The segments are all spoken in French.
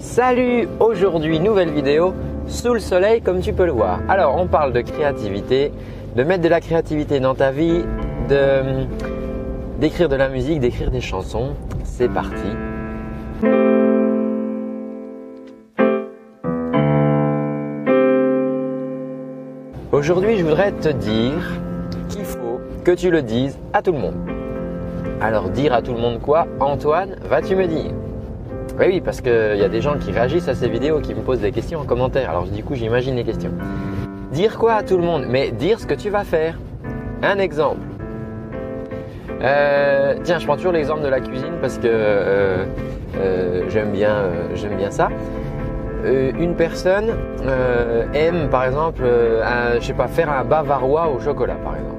Salut! Aujourd'hui, nouvelle vidéo sous le soleil comme tu peux le voir. Alors, on parle de créativité, de mettre de la créativité dans ta vie, d'écrire de la musique, d'écrire des chansons. C'est parti! Aujourd'hui, je voudrais te dire qu'il faut que tu le dises à tout le monde. Alors, dire à tout le monde quoi? Antoine, vas-tu me dire? Oui, parce qu'il y a des gens qui réagissent à ces vidéos, qui me posent des questions en commentaire. Alors du coup, j'imagine les questions. Dire quoi à tout le monde? Mais dire ce que tu vas faire. Un exemple. Tiens, je prends toujours l'exemple de la cuisine parce que j'aime bien ça. Une personne aime par exemple, je sais pas, faire un bavarois au chocolat par exemple.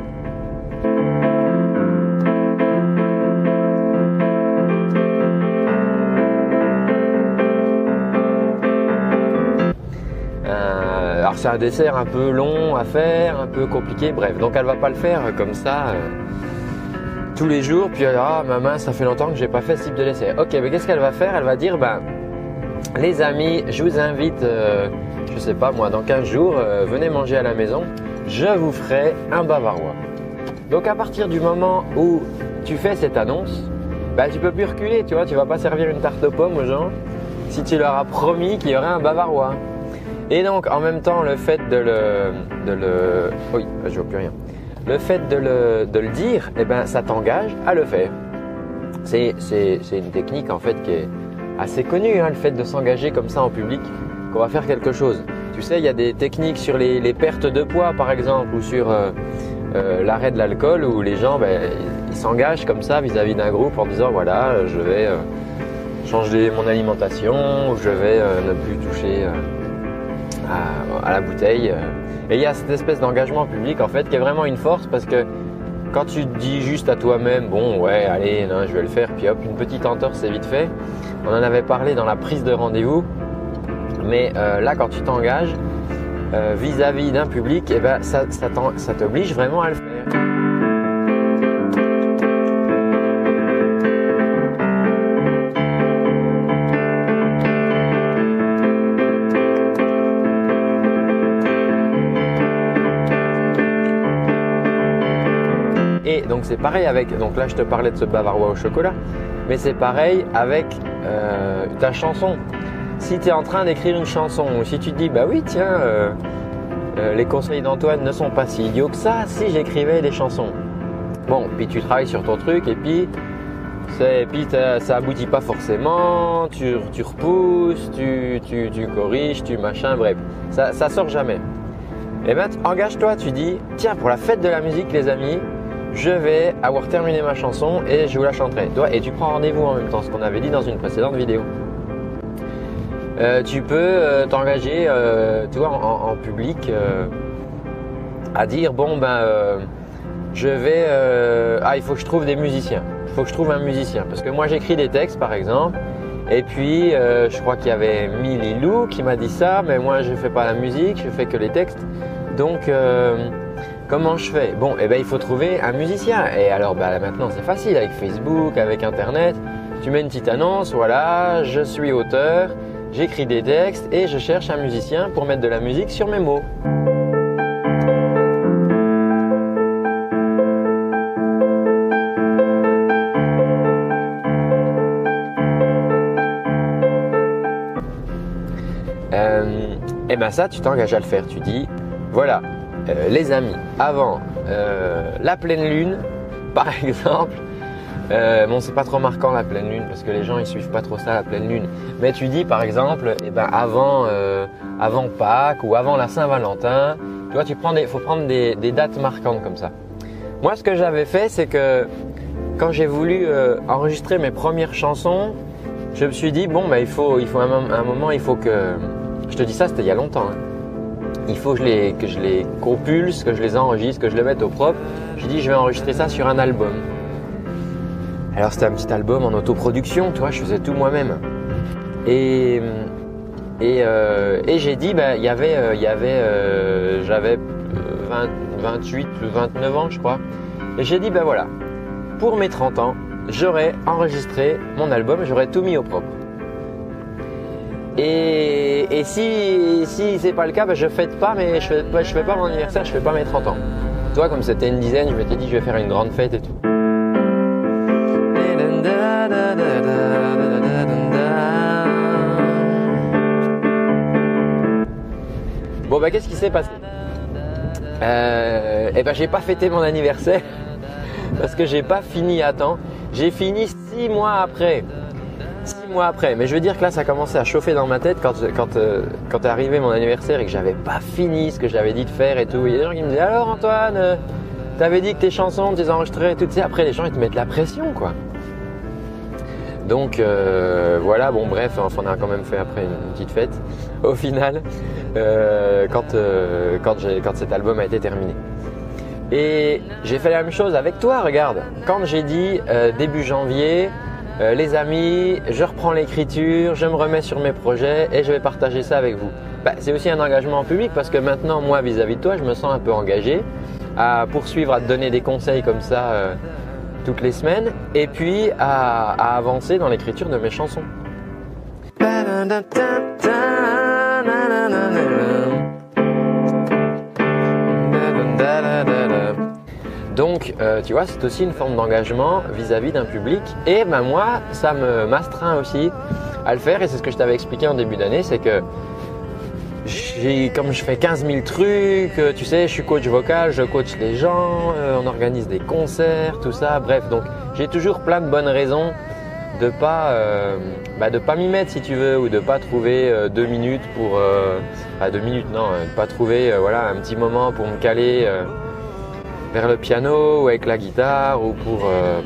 Alors c'est un dessert un peu long à faire, un peu compliqué, bref. Donc elle va pas le faire comme ça tous les jours. Puis ma main, ça fait longtemps que j'ai pas fait ce type de dessert. Ok, mais qu'est-ce qu'elle va faire? Elle va dire, les amis, je vous invite, je sais pas moi, dans 15 jours, venez manger à la maison. Je vous ferai un bavarois. Donc à partir du moment où tu fais cette annonce, tu peux plus reculer, tu vois. Tu vas pas servir une tarte aux pommes aux gens si tu leur as promis qu'il y aurait un bavarois. Et donc, en même temps, le fait oui, je vois plus rien. Le fait de le dire, ça t'engage à le faire. C'est une technique en fait qui est assez connue, le fait de s'engager comme ça en public, qu'on va faire quelque chose. Tu sais, il y a des techniques sur les pertes de poids, par exemple, ou sur l'arrêt de l'alcool, où les gens, ils s'engagent comme ça vis-à-vis d'un groupe en disant, voilà, je vais changer mon alimentation, ou je vais ne plus toucher à la bouteille. Et il y a cette espèce d'engagement public en fait qui est vraiment une force, parce que quand tu te dis juste à toi-même, bon ouais allez non, je vais le faire, puis hop, une petite entorse c'est vite fait. On en avait parlé dans la prise de rendez-vous, mais là quand tu t'engages vis-à-vis d'un public, ça t'oblige vraiment à le faire. Et donc c'est pareil avec, donc là je te parlais de ce bavarois au chocolat, mais c'est pareil avec ta chanson. Si tu es en train d'écrire une chanson, ou si tu te dis oui tiens, les conseils d'Antoine ne sont pas si idiots que ça, si j'écrivais des chansons. Bon, puis tu travailles sur ton truc et puis ça aboutit pas forcément, tu repousses, tu corriges, tu machin, bref, ça sort jamais. Et engage-toi, tu dis tiens, pour la fête de la musique les amis, je vais avoir terminé ma chanson et je vous la chanterai. Et tu prends rendez-vous en même temps, ce qu'on avait dit dans une précédente vidéo. Tu peux t'engager en public à dire je vais il faut que je trouve des musiciens. Il faut que je trouve un musicien. Parce que moi j'écris des textes par exemple. Et puis je crois qu'il y avait Mililou qui m'a dit ça, mais moi je fais pas la musique, je fais que les textes. Donc comment je fais? Bon, il faut trouver un musicien. Et alors maintenant c'est facile avec Facebook, avec Internet. Tu mets une petite annonce, voilà, je suis auteur, j'écris des textes et je cherche un musicien pour mettre de la musique sur mes mots. Ça, tu t'engages à le faire. Tu dis, voilà, les amis, avant la pleine lune, par exemple, c'est pas trop marquant la pleine lune parce que les gens ils suivent pas trop ça la pleine lune. Mais tu dis par exemple, avant Pâques ou avant la Saint-Valentin, tu vois, faut prendre des dates marquantes comme ça. Moi, ce que j'avais fait, c'est que quand j'ai voulu enregistrer mes premières chansons, je me suis dit il faut un moment, il faut que je te dis ça, c'était il y a longtemps. Il faut que je les compulse, que je les enregistre, que je les mette au propre. J'ai dit je vais enregistrer ça sur un album. Alors c'était un petit album en autoproduction, tu vois, je faisais tout moi-même. Et j'ai dit j'avais 28 ou 29 ans je crois. Et j'ai dit voilà, pour mes 30 ans, j'aurais enregistré mon album, j'aurais tout mis au propre. Et si c'est pas le cas, je fête pas, mais je fais pas mon anniversaire, je fais pas mes 30 ans. Toi, comme c'était une dizaine, je m'étais dit je vais faire une grande fête et tout. Bon qu'est-ce qui s'est passé? J'ai pas fêté mon anniversaire parce que j'ai pas fini à temps. J'ai fini 6 mois après. 6 mois après. Mais je veux dire que là, ça commençait à chauffer dans ma tête quand est arrivé mon anniversaire et que j'avais pas fini ce que j'avais dit de faire et tout. Il y a des gens qui me disaient alors Antoine, t'avais dit que tes chansons, tu les enregistrais et tout. Tu sais, après les gens ils te mettent la pression quoi. Donc voilà, bon bref, on a quand même fait après une petite fête au final quand cet album a été terminé. Et j'ai fait la même chose avec toi, regarde. Quand j'ai dit début janvier, les amis, je reprends l'écriture, je me remets sur mes projets et je vais partager ça avec vous. C'est aussi un engagement en public parce que maintenant, moi, vis-à-vis de toi, je me sens un peu engagé à poursuivre, à te donner des conseils comme ça toutes les semaines et puis à avancer dans l'écriture de mes chansons. Donc, tu vois, c'est aussi une forme d'engagement vis-à-vis d'un public. Et moi, ça m'astreint aussi à le faire. Et c'est ce que je t'avais expliqué en début d'année, c'est que comme je fais 15 000 trucs, tu sais, je suis coach vocal, je coach les gens, on organise des concerts, tout ça. Bref, donc j'ai toujours plein de bonnes raisons de pas m'y mettre si tu veux, ou de pas trouver 2 minutes pour… 2 minutes, non, de pas trouver un petit moment pour me caler vers le piano ou avec la guitare ou pour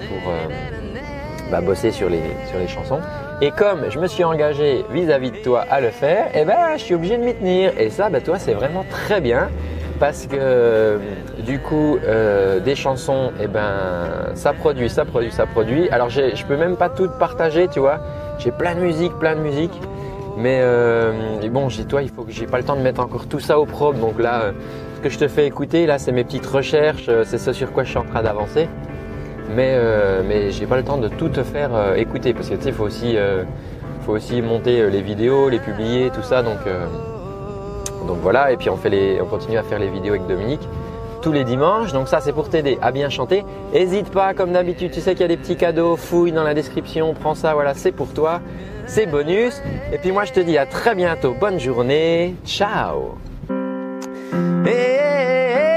bosser sur les chansons. Et comme je me suis engagé vis-à-vis de toi à le faire, je suis obligé de m'y tenir. Et ça, toi, c'est vraiment très bien parce que du coup, des chansons, ça produit. Alors, je peux même pas toutes partager, tu vois. J'ai plein de musique. Mais bon, toi, il faut que j'ai pas le temps de mettre encore tout ça au propre. Donc là, ce que je te fais écouter, là, c'est mes petites recherches, c'est ce sur quoi je suis en train d'avancer. Mais j'ai pas le temps de tout te faire écouter parce que tu sais, faut aussi monter les vidéos, les publier, tout ça. Donc voilà. Et puis on continue à faire les vidéos avec Dominique tous les dimanches. Donc ça, c'est pour t'aider à bien chanter. Hésite pas, comme d'habitude, tu sais qu'il y a des petits cadeaux. Fouille dans la description, prends ça. Voilà, c'est pour toi, c'est bonus. Et puis moi, je te dis à très bientôt. Bonne journée, ciao. Hey, hey, hey.